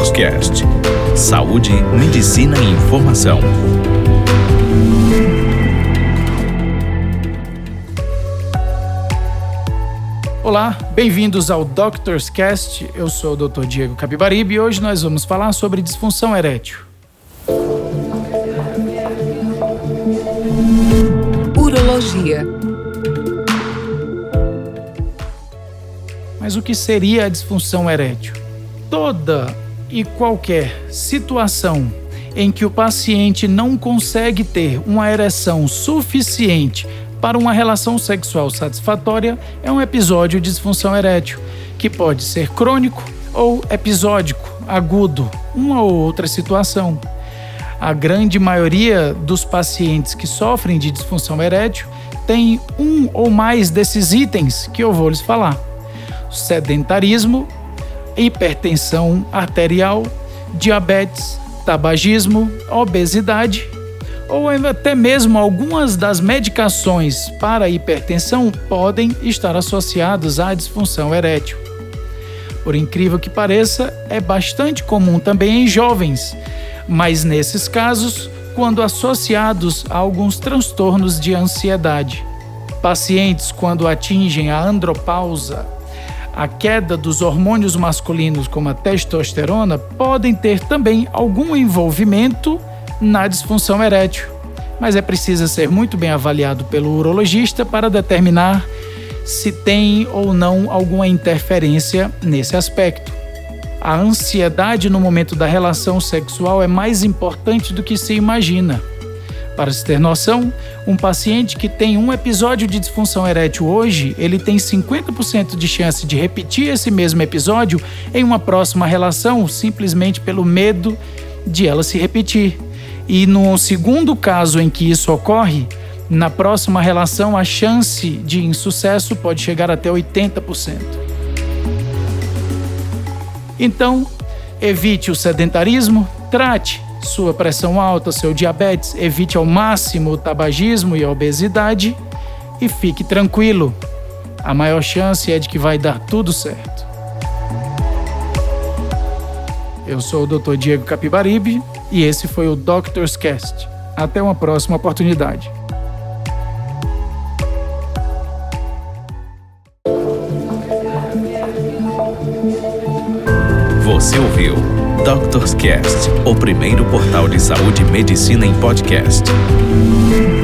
Doctors Cast. Saúde, medicina e informação. Olá, bem-vindos ao Doctors Cast. Eu sou o Dr. Diego Capibaribe e hoje nós vamos falar sobre disfunção erétil. Urologia. Mas o que seria a disfunção erétil? Toda e qualquer situação em que o paciente não consegue ter uma ereção suficiente para uma relação sexual satisfatória é um episódio de disfunção erétil, que pode ser crônico ou episódico, agudo, uma ou outra situação. A grande maioria dos pacientes que sofrem de disfunção erétil tem um ou mais desses itens que eu vou lhes falar: sedentarismo, hipertensão arterial, diabetes, tabagismo, obesidade, ou até mesmo algumas das medicações para a hipertensão podem estar associadas à disfunção erétil. Por incrível que pareça, é bastante comum também em jovens, mas nesses casos, quando associados a alguns transtornos de ansiedade. Pacientes, quando atingem a andropausa, a queda dos hormônios masculinos como a testosterona, podem ter também algum envolvimento na disfunção erétil, mas é preciso ser muito bem avaliado pelo urologista para determinar se tem ou não alguma interferência nesse aspecto. A ansiedade no momento da relação sexual é mais importante do que se imagina. Para se ter noção, um paciente que tem um episódio de disfunção erétil hoje, ele tem 50% de chance de repetir esse mesmo episódio em uma próxima relação, simplesmente pelo medo de ela se repetir. E no segundo caso em que isso ocorre, na próxima relação a chance de insucesso pode chegar até 80%. Então, evite o sedentarismo, trate sua pressão alta, seu diabetes, evite ao máximo o tabagismo e a obesidade e fique tranquilo. A maior chance é de que vai dar tudo certo. Eu sou o Dr. Diego Capibaribe e esse foi o Doctors Cast. Até uma próxima oportunidade. Você ouviu Doctors Cast, o primeiro portal de saúde e medicina em podcast.